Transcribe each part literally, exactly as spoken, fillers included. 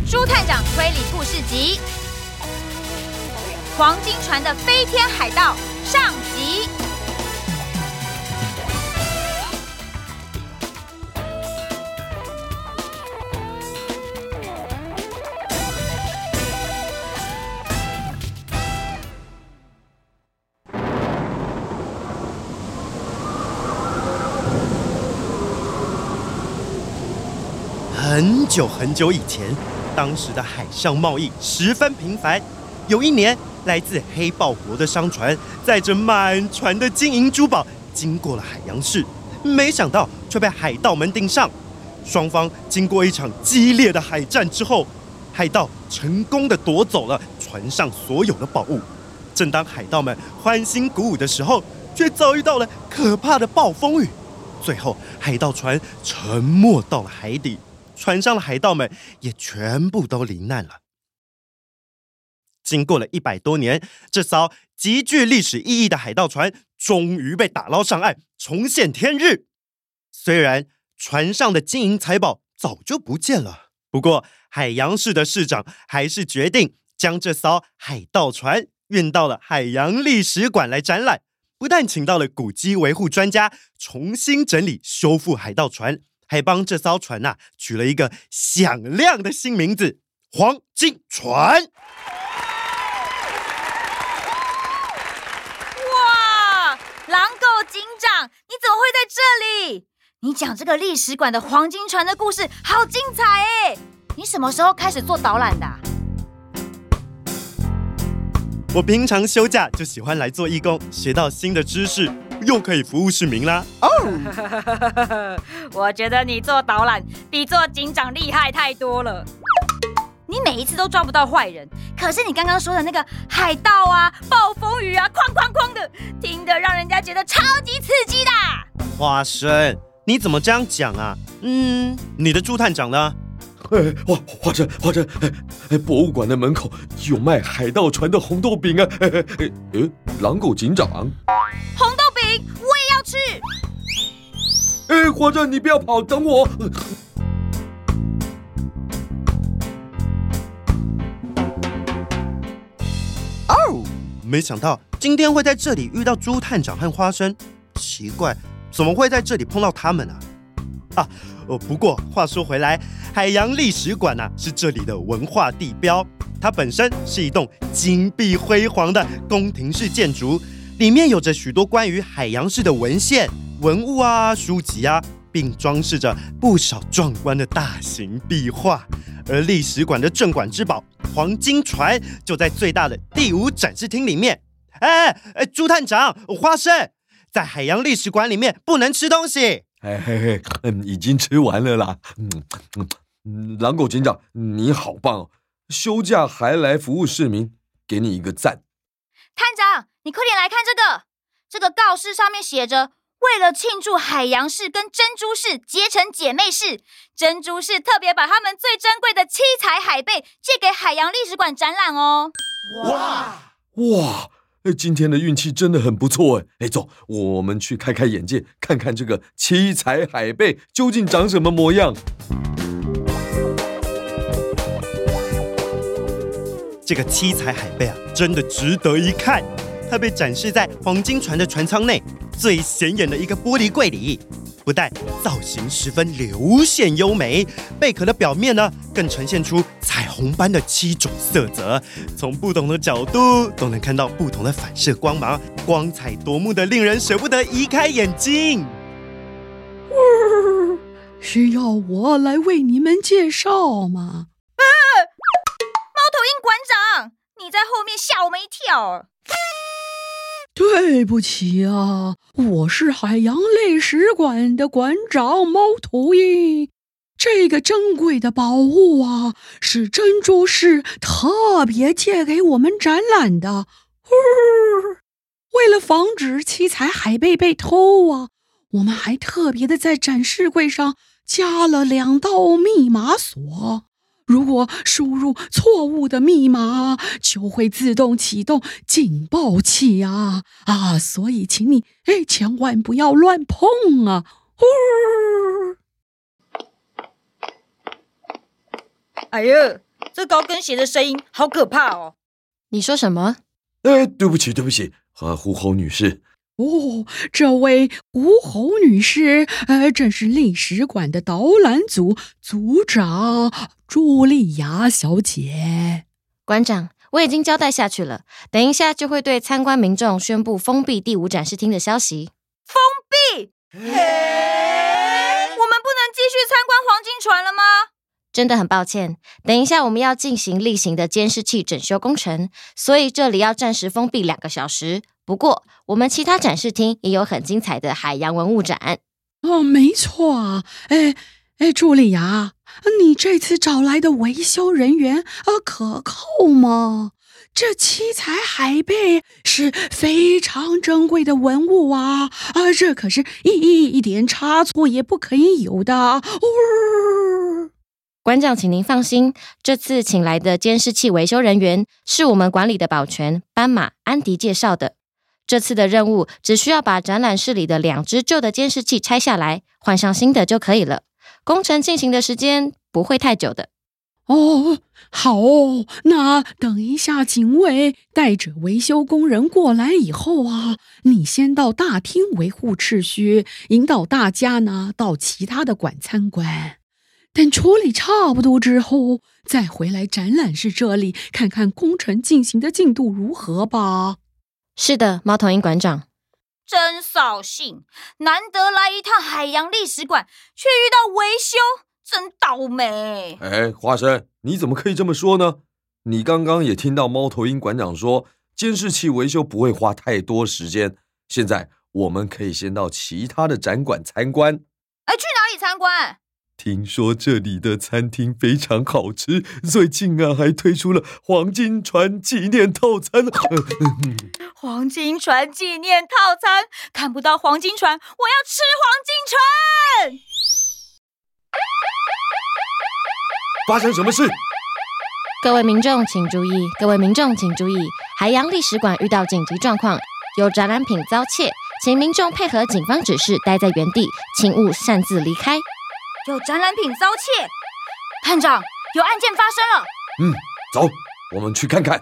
朱探长推理故事集《黄金船的飞天海盗》上集。 很久很久以前，当时的海上贸易十分频繁。有一年，来自黑豹国的商船载着满船的金银珠宝经过了海洋市，没想到却被海盗们盯上。双方经过一场激烈的海战之后，海盗成功地夺走了船上所有的宝物。正当海盗们欢欣鼓舞的时候，却遭遇到了可怕的暴风雨。最后，海盗船沉没到了海底。船上的海盗们也全部都罹难了。经过了一百多年，这艘极具历史意义的海盗船终于被打捞上岸，重现天日。虽然船上的金银财宝早就不见了，不过海洋市的市长还是决定将这艘海盗船运到了海洋历史馆来展览。不但请到了古迹维护专家重新整理修复海盗船，还帮这艘船啊取了一个响亮的新名字——黄金船。 哇，狼狗警长，你怎么会在这里？你讲这个历史馆的黄金船的故事好精彩哎！你什么时候开始做导览的啊？ 我平常休假就喜欢来做义工，学到新的知识，又可以服务市民啦。 哦，我觉得你做导览比做警长厉害太多了。你每一次都抓不到坏人，可是你刚刚说的那个海盗啊、暴风雨啊，哐哐哐的，听得让人家觉得超级刺激的。 花生，你怎么这样讲啊？嗯，你的朱探长呢？ 哎，花花生花生，哎，博物馆的门口有卖海盗船的红豆饼啊！哎哎哎，狼狗警长， 红豆饼我也要吃。 哎，花生你不要跑，等我。 哦，没想到今天会在这里遇到朱探长和花生，奇怪，怎么会在这里碰到他们啊？啊，哦，不过话说回来，海洋历史馆啊是这里的文化地标，它本身是一栋金碧辉煌的宫廷式建筑，里面有着许多关于海洋市的文献、文物啊、书籍啊，并装饰着不少壮观的大型壁画。而历史馆的镇馆之宝黄金船就在最大的第五展示厅里面。哎哎，朱探长，花生，在海洋历史馆里面不能吃东西。 哎嘿嘿，嗯，已经吃完了啦。嗯嗯，狼狗警长，你好棒哦！休假还来服务市民，给你一个赞。 探长，你快点来看这个，这个告示上面写着：为了庆祝海洋市跟珍珠市结成姐妹市，珍珠市特别把他们最珍贵的七彩海贝借给海洋历史馆展览哦。 哇哇！今天的运气真的很不错哎！走，我们去开开眼界，看看这个七彩海贝究竟长什么模样。 这个七彩海贝啊，真的值得一看。它被展示在黄金船的船舱内最显眼的一个玻璃柜里，不但造型十分流线优美，贝壳的表面呢更呈现出彩虹般的七种色泽，从不同的角度都能看到不同的反射光芒，光彩夺目的令人舍不得移开眼睛。 需要我来为你们介绍吗？ 啊！猫头鹰馆长，你在后面吓我们一跳。 对不起啊，我是海洋历史馆的馆长猫头鹰。这个珍贵的宝物啊，是珍珠市特别借给我们展览的。为了防止七彩海贝被偷啊，我们还特别的在展示柜上加了两道密码锁。如果输入错误的密码，就会自动启动警报器啊啊！所以请你哎，千万不要乱碰啊！呼！ 哎呦， 这高跟鞋的声音好可怕哦！ 你说什么？ 哎，对不起，对不起，啊，狐猴女士。 哦，这位狐猴女士，呃，正是历史馆的导览组组长茱莉亚小姐。 馆长，我已经交代下去了，等一下就会对参观民众宣布封闭第五展示厅的消息。 封闭？我们不能继续参观黄金船了吗？ 真的很抱歉，等一下我们要进行例行的监视器整修工程，所以这里要暂时封闭两个小时。不过，我们其他展示厅也有很精彩的海洋文物展。 哦，没错啊，哎哎，茱莉亚，你这次找来的维修人员啊，可靠吗？这七彩海贝是非常珍贵的文物啊，啊，这可是一一点差错也不可以有的。哦， 馆长，请您放心，这次请来的监视器维修人员是我们馆里的保全斑马安迪介绍的。这次的任务只需要把展览室里的两只旧的监视器拆下来，换上新的就可以了。工程进行的时间不会太久的。 哦，好哦，那等一下警卫带着维修工人过来以后啊，你先到大厅维护秩序，引导大家呢到其他的馆参观。等处理差不多之后，再回来展览室这里看看工程进行的进度如何吧。 是的，猫头鹰馆长。 真扫兴，难得来一趟海洋历史馆，却遇到维修，真倒霉。 哎，花生，你怎么可以这么说呢？你刚刚也听到猫头鹰馆长说，监视器维修不会花太多时间。现在我们可以先到其他的展馆参观。 哎，去哪里参观？ 听说这里的餐厅非常好吃，最近啊还推出了黄金船纪念套餐。 黄金船纪念套餐，看不到黄金船，我要吃黄金船！ 发生什么事？ 各位民众请注意，各位民众请注意，海洋历史馆遇到紧急状况，有展览品遭窃，请民众配合警方指示待在原地，请勿擅自离开。 有展览品遭窃，探长，有案件发生了。 嗯，走，我们去看看。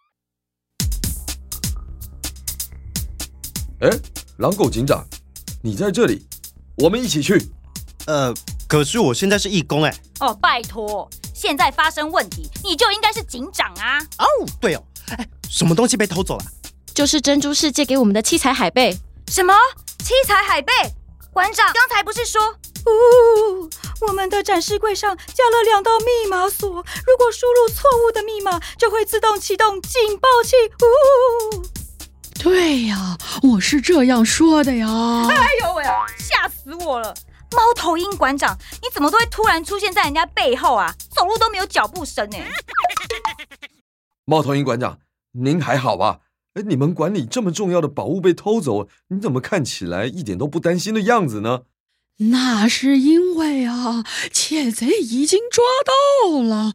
哎，狼狗警长，你在这里，我们一起去。 呃，可是我现在是义工哎。 哦，拜托，现在发生问题，你就应该是警长啊。 哦，对哦，哎，什么东西被偷走了？ 就是珍珠世界给我们的七彩海贝。 什么？七彩海贝？馆长刚才不是说，呜，我们的展示柜上加了两道密码锁，如果输入错误的密码，就会自动启动警报器。呜， 对呀，我是这样说的呀。 哎呦喂，吓死我了！猫头鹰馆长，你怎么都会突然出现在人家背后啊？走路都没有脚步声哎。 猫头鹰馆长，您还好吧？你们馆里这么重要的宝物被偷走，你怎么看起来一点都不担心的样子呢？ 那是因为啊，窃贼已经抓到了。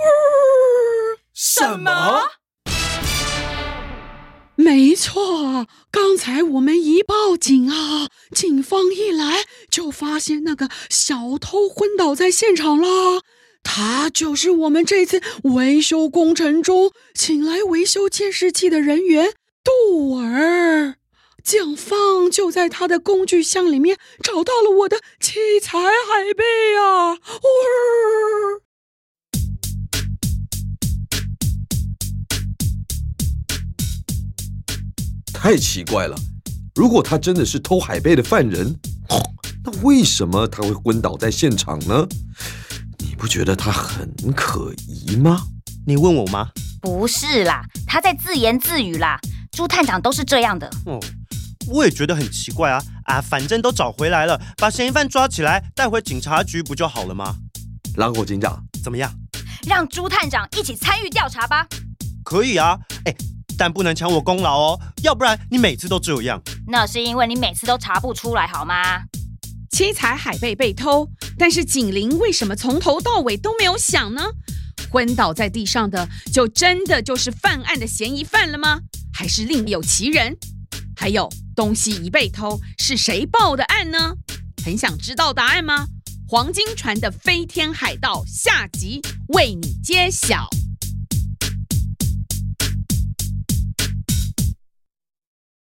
什么？ 没错，刚才我们一报警啊，警方一来就发现那个小偷昏倒在现场了。他就是我们这次维修工程中请来维修监视器的人员杜尔。警方就在他的工具箱里面找到了我的七彩海贝啊！哦， 太奇怪了，如果他真的是偷海贝的犯人，那为什么他会昏倒在现场呢？你不觉得他很可疑吗？ 你问我吗？ 不是啦，他在自言自语啦。朱探长都是这样的。 哦，我也觉得很奇怪啊啊！反正都找回来了，把嫌疑犯抓起来带回警察局不就好了吗？ 狼狗警长， 怎么样？ 让朱探长一起参与调查吧。 可以啊，哎，但不能抢我功劳哦，要不然你每次都这样。 那是因为你每次都查不出来，好吗？ 七彩海贝被偷，但是警铃为什么从头到尾都没有响呢？昏倒在地上的就真的就是犯案的嫌疑犯了吗？还是另有其人？还有，东西一被偷，是谁报的案呢？很想知道答案吗？黄金船的飞天海盗下集为你揭晓。